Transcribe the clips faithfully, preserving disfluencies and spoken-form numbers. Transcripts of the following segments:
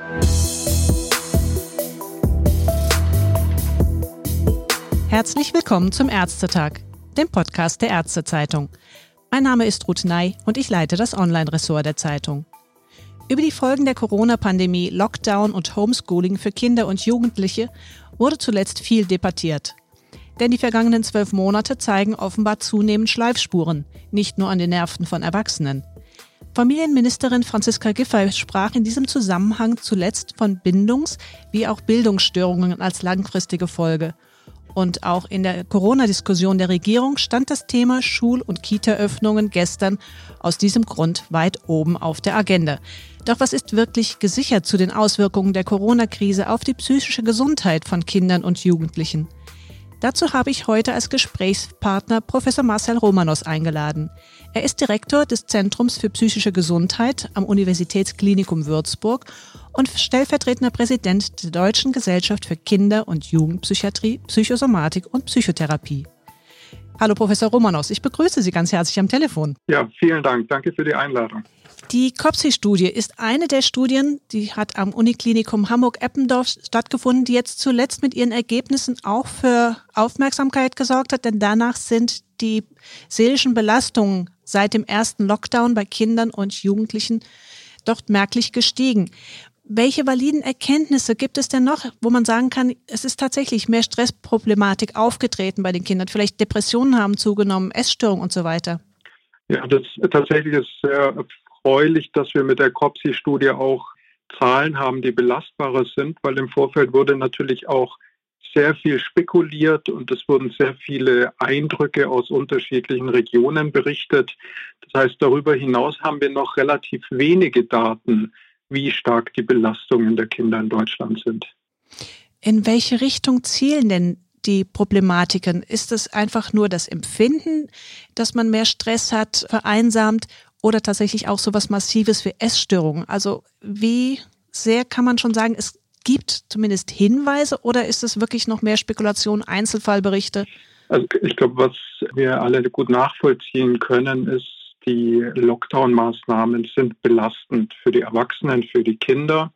Herzlich willkommen zum Ärztetag, dem Podcast der Ärztezeitung. Mein Name ist Ruth Ney und ich leite das Online-Ressort der Zeitung. Über die Folgen der Corona-Pandemie, Lockdown und Homeschooling für Kinder und Jugendliche wurde zuletzt viel debattiert. Denn die vergangenen zwölf Monate zeigen offenbar zunehmend Schleifspuren, nicht nur an den Nerven von Erwachsenen. Familienministerin Franziska Giffey sprach in diesem Zusammenhang zuletzt von Bindungs- wie auch Bildungsstörungen als langfristige Folge. Und auch in der Corona-Diskussion der Regierung stand das Thema Schul- und Kita-Öffnungen gestern aus diesem Grund weit oben auf der Agenda. Doch was ist wirklich gesichert zu den Auswirkungen der Corona-Krise auf die psychische Gesundheit von Kindern und Jugendlichen? Dazu habe ich heute als Gesprächspartner Professor Marcel Romanos eingeladen. Er ist Direktor des Zentrums für psychische Gesundheit am Universitätsklinikum Würzburg und stellvertretender Präsident der Deutschen Gesellschaft für Kinder- und Jugendpsychiatrie, Psychosomatik und Psychotherapie. Hallo Professor Romanos, ich begrüße Sie ganz herzlich am Telefon. Ja, vielen Dank. Danke für die Einladung. Die COPSI-Studie ist eine der Studien, die hat am Uniklinikum Hamburg-Eppendorf stattgefunden, die jetzt zuletzt mit ihren Ergebnissen auch für Aufmerksamkeit gesorgt hat, denn danach sind die seelischen Belastungen seit dem ersten Lockdown bei Kindern und Jugendlichen doch merklich gestiegen. Welche validen Erkenntnisse gibt es denn noch, wo man sagen kann, es ist tatsächlich mehr Stressproblematik aufgetreten bei den Kindern? Vielleicht Depressionen haben zugenommen, Essstörungen und so weiter? Ja, das tatsächlich ist sehr erfreulich, dass wir mit der COPSI-Studie auch Zahlen haben, die belastbarer sind, weil im Vorfeld wurde natürlich auch sehr viel spekuliert und es wurden sehr viele Eindrücke aus unterschiedlichen Regionen berichtet. Das heißt, darüber hinaus haben wir noch relativ wenige Daten, wie stark die Belastungen der Kinder in Deutschland sind. In welche Richtung zielen denn die Problematiken? Ist es einfach nur das Empfinden, dass man mehr Stress hat, vereinsamt oder tatsächlich auch so was Massives wie Essstörungen? Also wie sehr kann man schon sagen, es gibt zumindest Hinweise oder ist es wirklich noch mehr Spekulation, Einzelfallberichte? Also ich glaube, was wir alle gut nachvollziehen können, ist, die Lockdown-Maßnahmen sind belastend für die Erwachsenen, für die Kinder.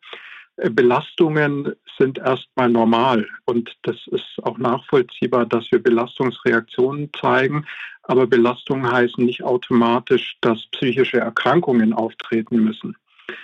Belastungen sind erstmal normal und das ist auch nachvollziehbar, dass wir Belastungsreaktionen zeigen. Aber Belastungen heißen nicht automatisch, dass psychische Erkrankungen auftreten müssen.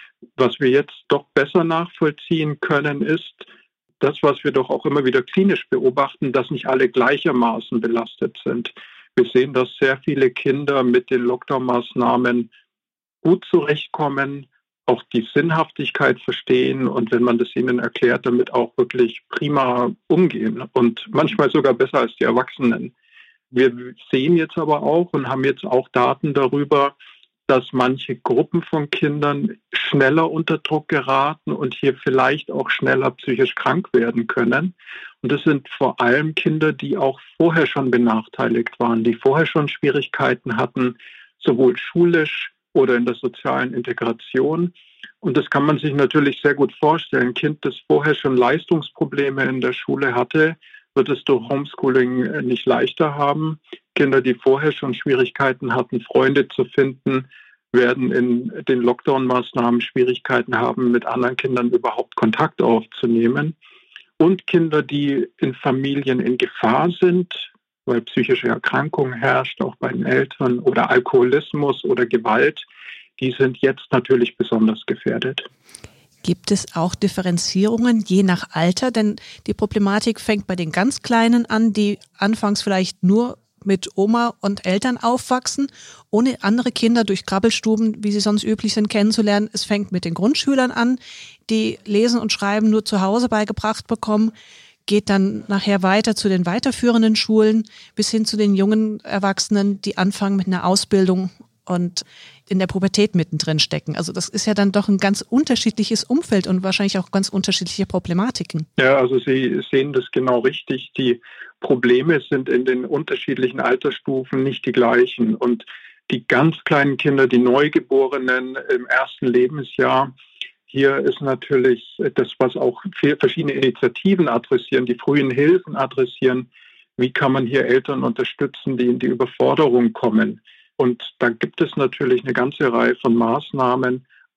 Was wir jetzt doch besser nachvollziehen können, ist das, was wir doch auch immer wieder klinisch beobachten, dass nicht alle gleichermaßen belastet sind. Wir sehen, dass sehr viele Kinder mit den Lockdown-Maßnahmen gut zurechtkommen, auch die Sinnhaftigkeit verstehen und wenn man das ihnen erklärt, damit auch wirklich prima umgehen und manchmal sogar besser als die Erwachsenen. Wir sehen jetzt aber auch und haben jetzt auch Daten darüber, dass manche Gruppen von Kindern schneller unter Druck geraten und hier vielleicht auch schneller psychisch krank werden können. Und das sind vor allem Kinder, die auch vorher schon benachteiligt waren, die vorher schon Schwierigkeiten hatten, sowohl schulisch oder in der sozialen Integration. Und das kann man sich natürlich sehr gut vorstellen. Ein Kind, das vorher schon Leistungsprobleme in der Schule hatte, wird es durch Homeschooling nicht leichter haben. Kinder, die vorher schon Schwierigkeiten hatten, Freunde zu finden, werden in den Lockdown-Maßnahmen Schwierigkeiten haben, mit anderen Kindern überhaupt Kontakt aufzunehmen. Und Kinder, die in Familien in Gefahr sind, weil psychische Erkrankung herrscht, auch bei den Eltern, oder Alkoholismus oder Gewalt, die sind jetzt natürlich besonders gefährdet. Gibt es auch Differenzierungen je nach Alter? Denn die Problematik fängt bei den ganz Kleinen an, die anfangs vielleicht nur mit Oma und Eltern aufwachsen, ohne andere Kinder durch Krabbelstuben, wie sie sonst üblich sind, kennenzulernen. Es fängt mit den Grundschülern an, die Lesen und Schreiben nur zu Hause beigebracht bekommen, geht dann nachher weiter zu den weiterführenden Schulen bis hin zu den jungen Erwachsenen, die anfangen mit einer Ausbildung und in der Pubertät mittendrin stecken. Also das ist ja dann doch ein ganz unterschiedliches Umfeld und wahrscheinlich auch ganz unterschiedliche Problematiken. Ja, also Sie sehen das genau richtig. Die Probleme sind in den unterschiedlichen Altersstufen nicht die gleichen. Und die ganz kleinen Kinder, die Neugeborenen im ersten Lebensjahr, hier ist natürlich das, was auch verschiedene Initiativen adressieren, die frühen Hilfen adressieren. Wie kann man hier Eltern unterstützen, die in die Überforderung kommen? Und da gibt es natürlich eine ganze Reihe von Maßnahmen,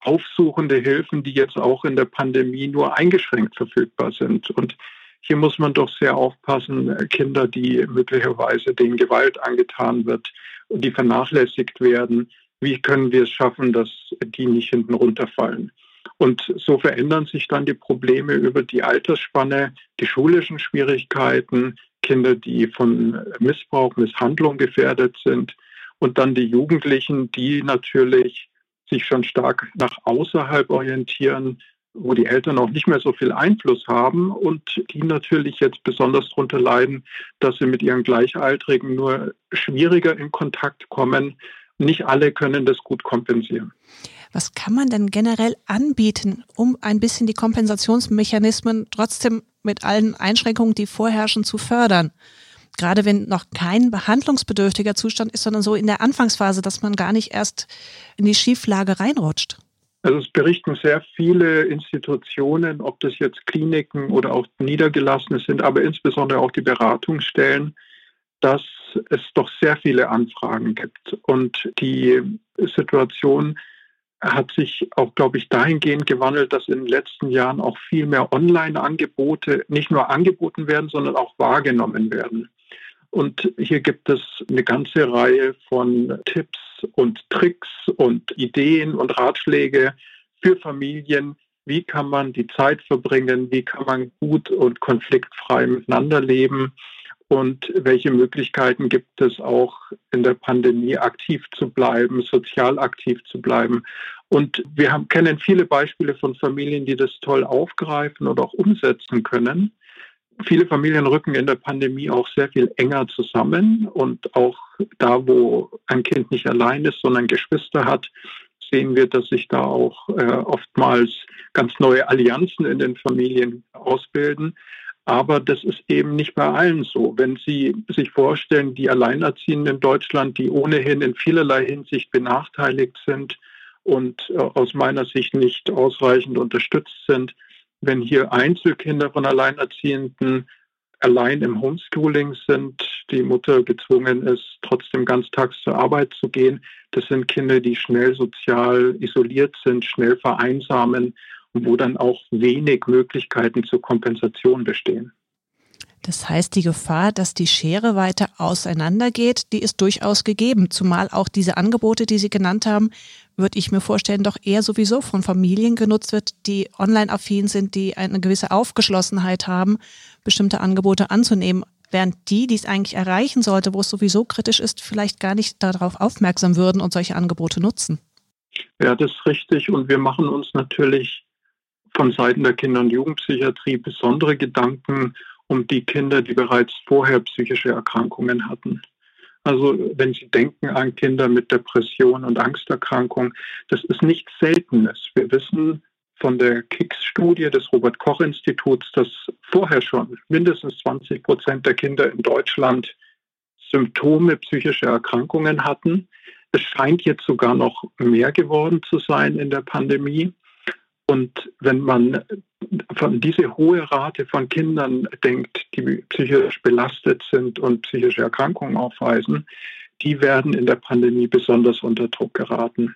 aufsuchende Hilfen, die jetzt auch in der Pandemie nur eingeschränkt verfügbar sind. Und hier muss man doch sehr aufpassen, Kinder, die möglicherweise denen Gewalt angetan wird und die vernachlässigt werden, wie können wir es schaffen, dass die nicht hinten runterfallen? Und so verändern sich dann die Probleme über die Altersspanne, die schulischen Schwierigkeiten, Kinder, die von Missbrauch, Misshandlung gefährdet sind und dann die Jugendlichen, die natürlich sich schon stark nach außerhalb orientieren, wo die Eltern auch nicht mehr so viel Einfluss haben und die natürlich jetzt besonders darunter leiden, dass sie mit ihren Gleichaltrigen nur schwieriger in Kontakt kommen. Nicht alle können das gut kompensieren. Was kann man denn generell anbieten, um ein bisschen die Kompensationsmechanismen trotzdem mit allen Einschränkungen, die vorherrschen, zu fördern? Gerade wenn noch kein behandlungsbedürftiger Zustand ist, sondern so in der Anfangsphase, dass man gar nicht erst in die Schieflage reinrutscht. Also es berichten sehr viele Institutionen, ob das jetzt Kliniken oder auch Niedergelassene sind, aber insbesondere auch die Beratungsstellen, dass es doch sehr viele Anfragen gibt. Und die Situation hat sich auch, glaube ich, dahingehend gewandelt, dass in den letzten Jahren auch viel mehr Online-Angebote nicht nur angeboten werden, sondern auch wahrgenommen werden. Und hier gibt es eine ganze Reihe von Tipps und Tricks und Ideen und Ratschläge für Familien. Wie kann man die Zeit verbringen? Wie kann man gut und konfliktfrei miteinander leben? Und welche Möglichkeiten gibt es auch in der Pandemie aktiv zu bleiben, sozial aktiv zu bleiben? Und wir haben, kennen viele Beispiele von Familien, die das toll aufgreifen oder auch umsetzen können. Viele Familien rücken in der Pandemie auch sehr viel enger zusammen und auch da, wo ein Kind nicht allein ist, sondern Geschwister hat, sehen wir, dass sich da auch äh, oftmals ganz neue Allianzen in den Familien ausbilden. Aber das ist eben nicht bei allen so. Wenn Sie sich vorstellen, die Alleinerziehenden in Deutschland, die ohnehin in vielerlei Hinsicht benachteiligt sind und äh, aus meiner Sicht nicht ausreichend unterstützt sind, wenn hier Einzelkinder von Alleinerziehenden allein im Homeschooling sind, die Mutter gezwungen ist, trotzdem ganztags zur Arbeit zu gehen, das sind Kinder, die schnell sozial isoliert sind, schnell vereinsamen und wo dann auch wenig Möglichkeiten zur Kompensation bestehen. Das heißt, die Gefahr, dass die Schere weiter auseinandergeht, die ist durchaus gegeben. Zumal auch diese Angebote, die Sie genannt haben, würde ich mir vorstellen, doch eher sowieso von Familien genutzt wird, die online-affin sind, die eine gewisse Aufgeschlossenheit haben, bestimmte Angebote anzunehmen. Während die, die es eigentlich erreichen sollte, wo es sowieso kritisch ist, vielleicht gar nicht darauf aufmerksam würden und solche Angebote nutzen. Ja, das ist richtig. Und wir machen uns natürlich von Seiten der Kinder- und Jugendpsychiatrie besondere Gedanken um die Kinder, die bereits vorher psychische Erkrankungen hatten. Also wenn Sie denken an Kinder mit Depression und Angsterkrankung, das ist nichts Seltenes. Wir wissen von der K I C S-Studie des Robert-Koch-Instituts, dass vorher schon mindestens zwanzig Prozent der Kinder in Deutschland Symptome psychischer Erkrankungen hatten. Es scheint jetzt sogar noch mehr geworden zu sein in der Pandemie. Und wenn man von diese hohe Rate von Kindern denkt, die psychisch belastet sind und psychische Erkrankungen aufweisen, die werden in der Pandemie besonders unter Druck geraten.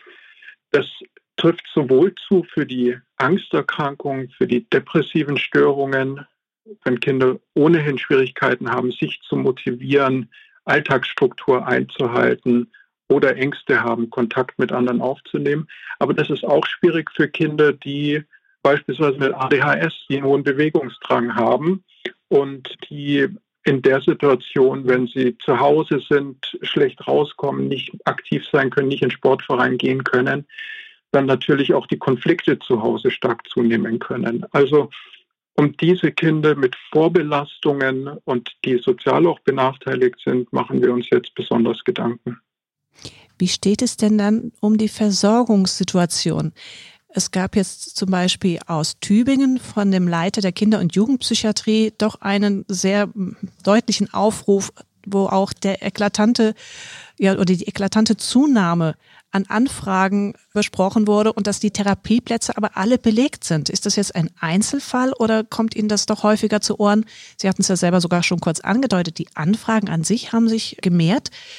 Das trifft sowohl zu für die Angsterkrankungen, für die depressiven Störungen, wenn Kinder ohnehin Schwierigkeiten haben, sich zu motivieren, Alltagsstruktur einzuhalten, oder Ängste haben, Kontakt mit anderen aufzunehmen. Aber das ist auch schwierig für Kinder, die beispielsweise mit A D H S, die einen hohen Bewegungsdrang haben und die in der Situation, wenn sie zu Hause sind, schlecht rauskommen, nicht aktiv sein können, nicht in den Sportverein gehen können, dann natürlich auch die Konflikte zu Hause stark zunehmen können. Also um diese Kinder mit Vorbelastungen und die sozial auch benachteiligt sind, machen wir uns jetzt besonders Gedanken. Wie steht es denn dann um die Versorgungssituation? Es gab jetzt zum Beispiel aus Tübingen von dem Leiter der Kinder- und Jugendpsychiatrie doch einen sehr deutlichen Aufruf, wo auch der eklatante, ja, oder die eklatante Zunahme an Anfragen besprochen wurde und dass die Therapieplätze aber alle belegt sind. Ist das jetzt ein Einzelfall oder kommt Ihnen das doch häufiger zu Ohren? Sie hatten es ja selber sogar schon kurz angedeutet, die Anfragen an sich haben sich gemehrt.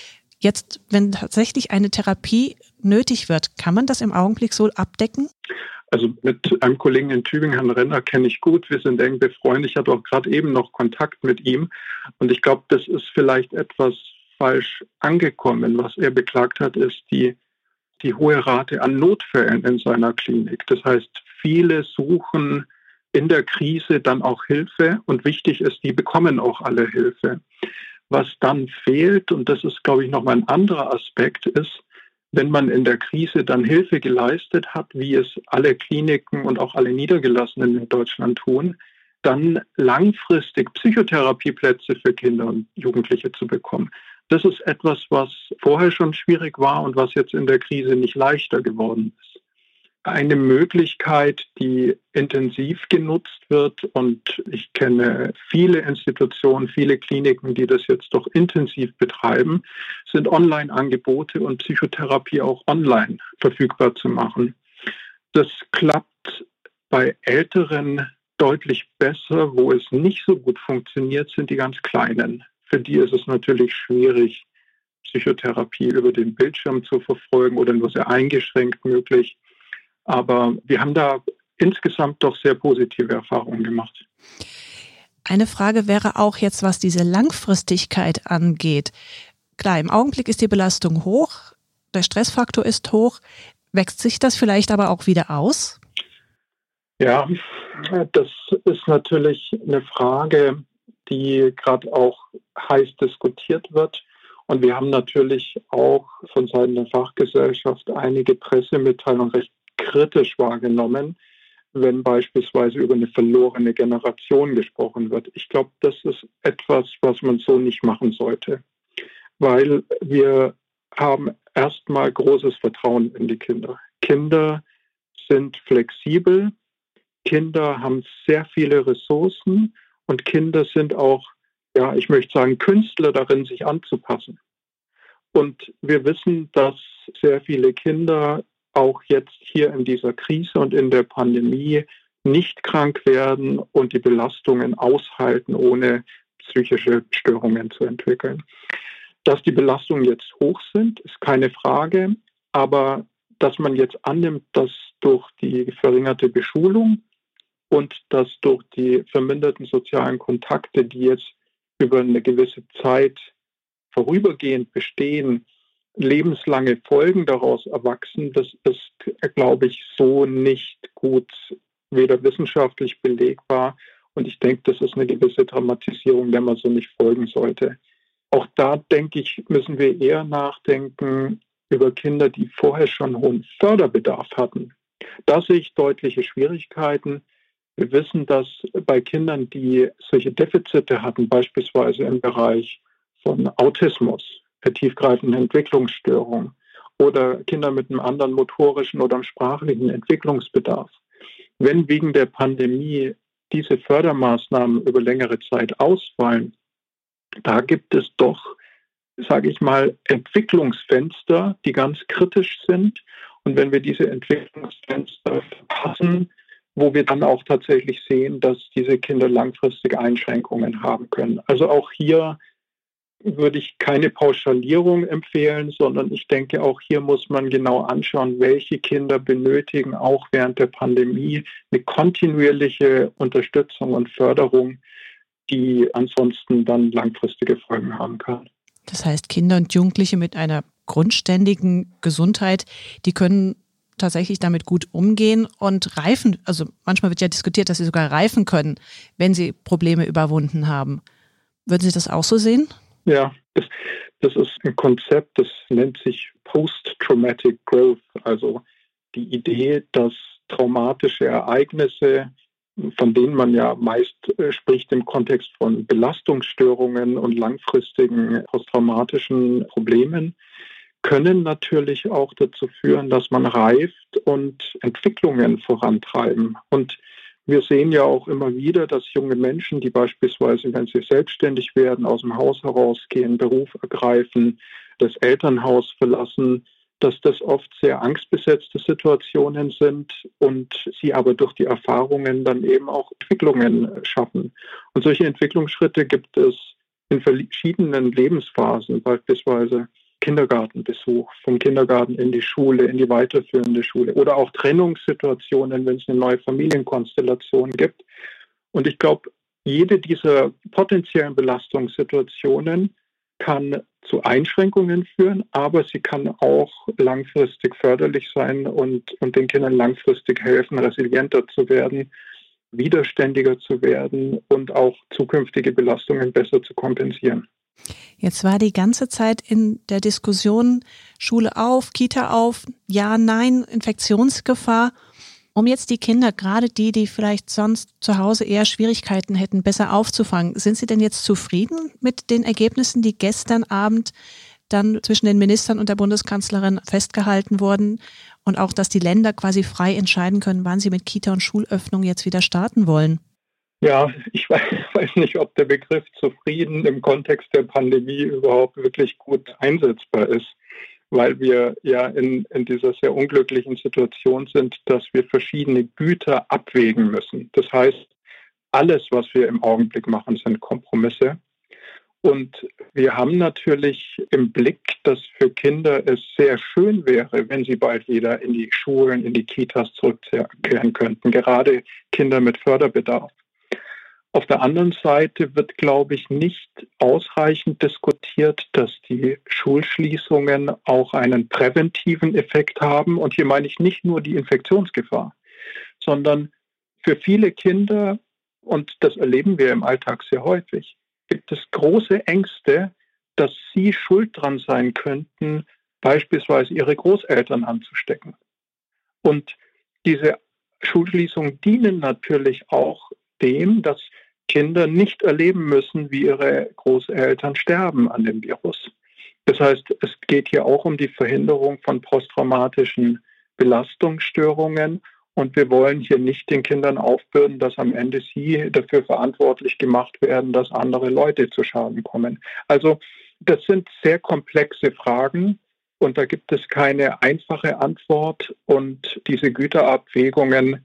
Jetzt, wenn tatsächlich eine Therapie nötig wird, kann man das im Augenblick so abdecken? Also mit einem Kollegen in Tübingen, Herrn Renner, kenne ich gut. Wir sind eng befreundet. Ich hatte auch gerade eben noch Kontakt mit ihm. Und ich glaube, das ist vielleicht etwas falsch angekommen. Was er beklagt hat, ist die, die hohe Rate an Notfällen in seiner Klinik. Das heißt, viele suchen in der Krise dann auch Hilfe. Und wichtig ist, die bekommen auch alle Hilfe. Was dann fehlt, und das ist, glaube ich, nochmal ein anderer Aspekt, ist, wenn man in der Krise dann Hilfe geleistet hat, wie es alle Kliniken und auch alle Niedergelassenen in Deutschland tun, dann langfristig Psychotherapieplätze für Kinder und Jugendliche zu bekommen. Das ist etwas, was vorher schon schwierig war und was jetzt in der Krise nicht leichter geworden ist. Eine Möglichkeit, die intensiv genutzt wird, und ich kenne viele Institutionen, viele Kliniken, die das jetzt doch intensiv betreiben, sind Online-Angebote und Psychotherapie auch online verfügbar zu machen. Das klappt bei Älteren deutlich besser. Wo es nicht so gut funktioniert, sind die ganz Kleinen. Für die ist es natürlich schwierig, Psychotherapie über den Bildschirm zu verfolgen oder nur sehr eingeschränkt möglich. Aber wir haben da insgesamt doch sehr positive Erfahrungen gemacht. Eine Frage wäre auch jetzt, was diese Langfristigkeit angeht. Klar, im Augenblick ist die Belastung hoch, der Stressfaktor ist hoch. Wächst sich das vielleicht aber auch wieder aus? Ja, das ist natürlich eine Frage, die gerade auch heiß diskutiert wird. Und wir haben natürlich auch von Seiten der Fachgesellschaft einige Pressemitteilungen recht kritisch wahrgenommen, wenn beispielsweise über eine verlorene Generation gesprochen wird. Ich glaube, das ist etwas, was man so nicht machen sollte, weil wir haben erstmal großes Vertrauen in die Kinder. Kinder sind flexibel, Kinder haben sehr viele Ressourcen und Kinder sind auch, ja, ich möchte sagen, Künstler darin, sich anzupassen. Und wir wissen, dass sehr viele Kinder auch jetzt hier in dieser Krise und in der Pandemie nicht krank werden und die Belastungen aushalten, ohne psychische Störungen zu entwickeln. Dass die Belastungen jetzt hoch sind, ist keine Frage, aber dass man jetzt annimmt, dass durch die verringerte Beschulung und dass durch die verminderten sozialen Kontakte, die jetzt über eine gewisse Zeit vorübergehend bestehen, lebenslange Folgen daraus erwachsen, das ist, glaube ich, so nicht gut, weder wissenschaftlich belegbar. Und ich denke, das ist eine gewisse Dramatisierung, der man so nicht folgen sollte. Auch da, denke ich, müssen wir eher nachdenken über Kinder, die vorher schon hohen Förderbedarf hatten. Da sehe ich deutliche Schwierigkeiten. Wir wissen, dass bei Kindern, die solche Defizite hatten, beispielsweise im Bereich von Autismus, der tiefgreifenden Entwicklungsstörung oder Kinder mit einem anderen motorischen oder einem sprachlichen Entwicklungsbedarf. Wenn wegen der Pandemie diese Fördermaßnahmen über längere Zeit ausfallen, da gibt es doch, sage ich mal, Entwicklungsfenster, die ganz kritisch sind. Und wenn wir diese Entwicklungsfenster verpassen, wo wir dann auch tatsächlich sehen, dass diese Kinder langfristige Einschränkungen haben können. Also auch hier würde ich keine Pauschalierung empfehlen, sondern ich denke, auch hier muss man genau anschauen, welche Kinder benötigen auch während der Pandemie eine kontinuierliche Unterstützung und Förderung, die ansonsten dann langfristige Folgen haben kann. Das heißt, Kinder und Jugendliche mit einer grundständigen Gesundheit, die können tatsächlich damit gut umgehen und reifen, also manchmal wird ja diskutiert, dass sie sogar reifen können, wenn sie Probleme überwunden haben. Würden Sie das auch so sehen? Ja, das, das ist ein Konzept, das nennt sich Post-Traumatic Growth, also die Idee, dass traumatische Ereignisse, von denen man ja meist äh, spricht im Kontext von Belastungsstörungen und langfristigen posttraumatischen Problemen, können natürlich auch dazu führen, dass man reift und Entwicklungen vorantreiben. Und wir sehen ja auch immer wieder, dass junge Menschen, die beispielsweise, wenn sie selbstständig werden, aus dem Haus herausgehen, Beruf ergreifen, das Elternhaus verlassen, dass das oft sehr angstbesetzte Situationen sind und sie aber durch die Erfahrungen dann eben auch Entwicklungen schaffen. Und solche Entwicklungsschritte gibt es in verschiedenen Lebensphasen, beispielsweise Kindergartenbesuch, vom Kindergarten in die Schule, in die weiterführende Schule oder auch Trennungssituationen, wenn es eine neue Familienkonstellation gibt. Und ich glaube, jede dieser potenziellen Belastungssituationen kann zu Einschränkungen führen, aber sie kann auch langfristig förderlich sein und, und den Kindern langfristig helfen, resilienter zu werden, widerständiger zu werden und auch zukünftige Belastungen besser zu kompensieren. Jetzt war die ganze Zeit in der Diskussion Schule auf, Kita auf, ja, nein, Infektionsgefahr. Um jetzt die Kinder, gerade die, die vielleicht sonst zu Hause eher Schwierigkeiten hätten, besser aufzufangen, sind Sie denn jetzt zufrieden mit den Ergebnissen, die gestern Abend dann zwischen den Ministern und der Bundeskanzlerin festgehalten wurden und auch, dass die Länder quasi frei entscheiden können, wann sie mit Kita- und Schulöffnung jetzt wieder starten wollen? Ja, ich weiß nicht, ob der Begriff zufrieden im Kontext der Pandemie überhaupt wirklich gut einsetzbar ist, weil wir ja in, in dieser sehr unglücklichen Situation sind, dass wir verschiedene Güter abwägen müssen. Das heißt, alles, was wir im Augenblick machen, sind Kompromisse. Und wir haben natürlich im Blick, dass für Kinder es sehr schön wäre, wenn sie bald wieder in die Schulen, in die Kitas zurückkehren könnten, gerade Kinder mit Förderbedarf. Auf der anderen Seite wird, glaube ich, nicht ausreichend diskutiert, dass die Schulschließungen auch einen präventiven Effekt haben. Und hier meine ich nicht nur die Infektionsgefahr, sondern für viele Kinder, und das erleben wir im Alltag sehr häufig, gibt es große Ängste, dass sie schuld dran sein könnten, beispielsweise ihre Großeltern anzustecken. Und diese Schulschließungen dienen natürlich auch dem, dass Kinder nicht erleben müssen, wie ihre Großeltern sterben an dem Virus. Das heißt, es geht hier auch um die Verhinderung von posttraumatischen Belastungsstörungen. Und wir wollen hier nicht den Kindern aufbürden, dass am Ende sie dafür verantwortlich gemacht werden, dass andere Leute zu Schaden kommen. Also das sind sehr komplexe Fragen und da gibt es keine einfache Antwort. Und diese Güterabwägungen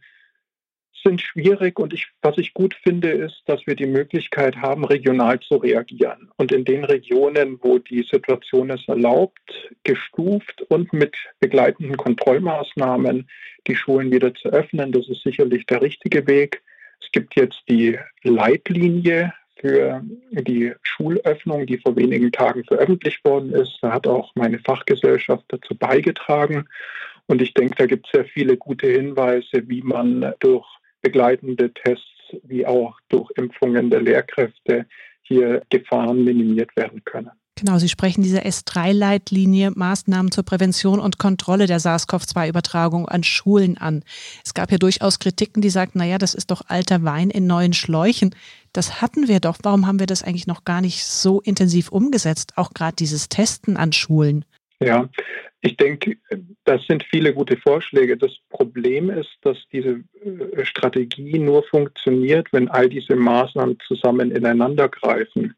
sind schwierig und ich, was ich gut finde, ist, dass wir die Möglichkeit haben, regional zu reagieren und in den Regionen, wo die Situation es erlaubt, gestuft und mit begleitenden Kontrollmaßnahmen die Schulen wieder zu öffnen. Das ist sicherlich der richtige Weg. Es gibt jetzt die Leitlinie für die Schulöffnung, die vor wenigen Tagen veröffentlicht worden ist. Da hat auch meine Fachgesellschaft dazu beigetragen. Und ich denke, da gibt es sehr viele gute Hinweise, wie man durch begleitende Tests wie auch durch Impfungen der Lehrkräfte hier Gefahren minimiert werden können. Genau, Sie sprechen diese S drei Leitlinie Maßnahmen zur Prävention und Kontrolle der SARS-C o V zwei Übertragung an Schulen an. Es gab ja durchaus Kritiken, die sagten, naja, das ist doch alter Wein in neuen Schläuchen. Das hatten wir doch. Warum haben wir das eigentlich noch gar nicht so intensiv umgesetzt? Auch gerade dieses Testen an Schulen. Ja, ich denke, das sind viele gute Vorschläge. Das Problem ist, dass diese Strategie nur funktioniert, wenn all diese Maßnahmen zusammen ineinander greifen.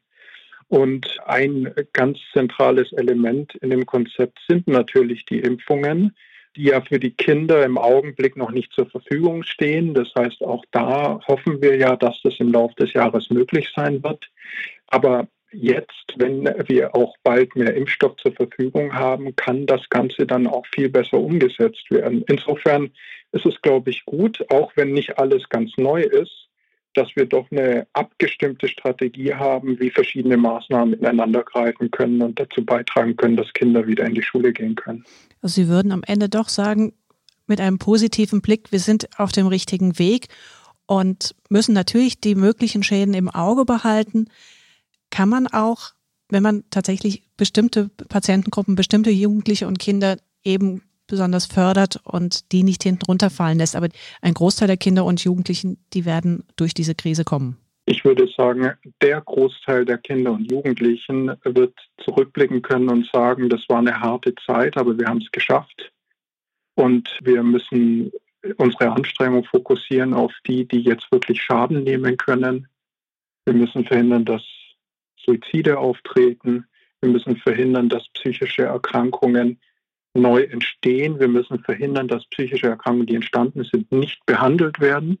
Und ein ganz zentrales Element in dem Konzept sind natürlich die Impfungen, die ja für die Kinder im Augenblick noch nicht zur Verfügung stehen. Das heißt, auch da hoffen wir ja, dass das im Laufe des Jahres möglich sein wird. Aber jetzt, wenn wir auch bald mehr Impfstoff zur Verfügung haben, kann das Ganze dann auch viel besser umgesetzt werden. Insofern ist es, glaube ich, gut, auch wenn nicht alles ganz neu ist, dass wir doch eine abgestimmte Strategie haben, wie verschiedene Maßnahmen ineinander greifen können und dazu beitragen können, dass Kinder wieder in die Schule gehen können. Also Sie würden am Ende doch sagen, mit einem positiven Blick, wir sind auf dem richtigen Weg und müssen natürlich die möglichen Schäden im Auge behalten. Kann man auch, wenn man tatsächlich bestimmte Patientengruppen, bestimmte Jugendliche und Kinder eben besonders fördert und die nicht hinten runterfallen lässt. Aber ein Großteil der Kinder und Jugendlichen, die werden durch diese Krise kommen. Ich würde sagen, der Großteil der Kinder und Jugendlichen wird zurückblicken können und sagen, das war eine harte Zeit, aber wir haben es geschafft. Und wir müssen unsere Anstrengung fokussieren auf die, die jetzt wirklich Schaden nehmen können. Wir müssen verhindern, dass Suizide auftreten. Wir müssen verhindern, dass psychische Erkrankungen neu entstehen. Wir müssen verhindern, dass psychische Erkrankungen, die entstanden sind, nicht behandelt werden.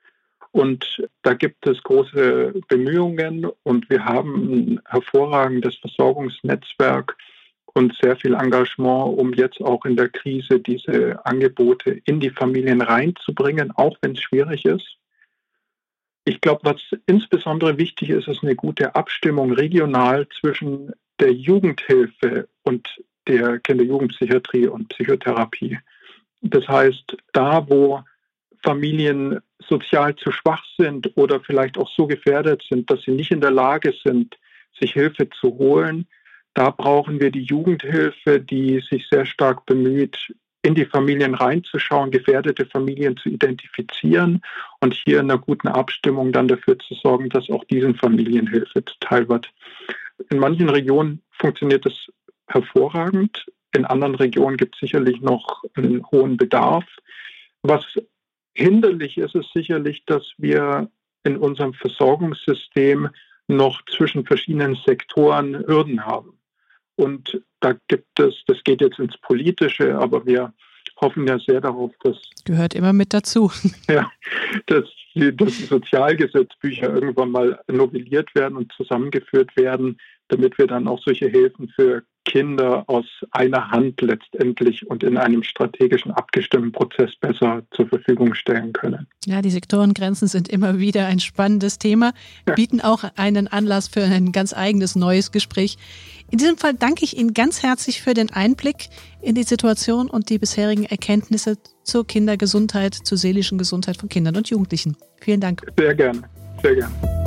Und da gibt es große Bemühungen und wir haben ein hervorragendes Versorgungsnetzwerk und sehr viel Engagement, um jetzt auch in der Krise diese Angebote in die Familien reinzubringen, auch wenn es schwierig ist. Ich glaube, was insbesondere wichtig ist, ist eine gute Abstimmung regional zwischen der Jugendhilfe und der Kinder-Jugendpsychiatrie und Psychotherapie. Das heißt, da, wo Familien sozial zu schwach sind oder vielleicht auch so gefährdet sind, dass sie nicht in der Lage sind, sich Hilfe zu holen, da brauchen wir die Jugendhilfe, die sich sehr stark bemüht, in die Familien reinzuschauen, gefährdete Familien zu identifizieren und hier in einer guten Abstimmung dann dafür zu sorgen, dass auch diesen Familien Hilfe zuteil wird. In manchen Regionen funktioniert das hervorragend. In anderen Regionen gibt es sicherlich noch einen hohen Bedarf. Was hinderlich ist, ist sicherlich, dass wir in unserem Versorgungssystem noch zwischen verschiedenen Sektoren Hürden haben. Und da gibt es, das geht jetzt ins Politische, aber wir hoffen ja sehr darauf, dass... Gehört immer mit dazu. Ja, dass die, dass die Sozialgesetzbücher irgendwann mal novelliert werden und zusammengeführt werden, damit wir dann auch solche Hilfen für Kinder aus einer Hand letztendlich und in einem strategischen abgestimmten Prozess besser zur Verfügung stellen können. Ja, die Sektorengrenzen sind immer wieder ein spannendes Thema, ja. bieten auch einen Anlass für ein ganz eigenes neues Gespräch. In diesem Fall danke ich Ihnen ganz herzlich für den Einblick in die Situation und die bisherigen Erkenntnisse zur Kindergesundheit, zur seelischen Gesundheit von Kindern und Jugendlichen. Vielen Dank. Sehr gerne, sehr gerne.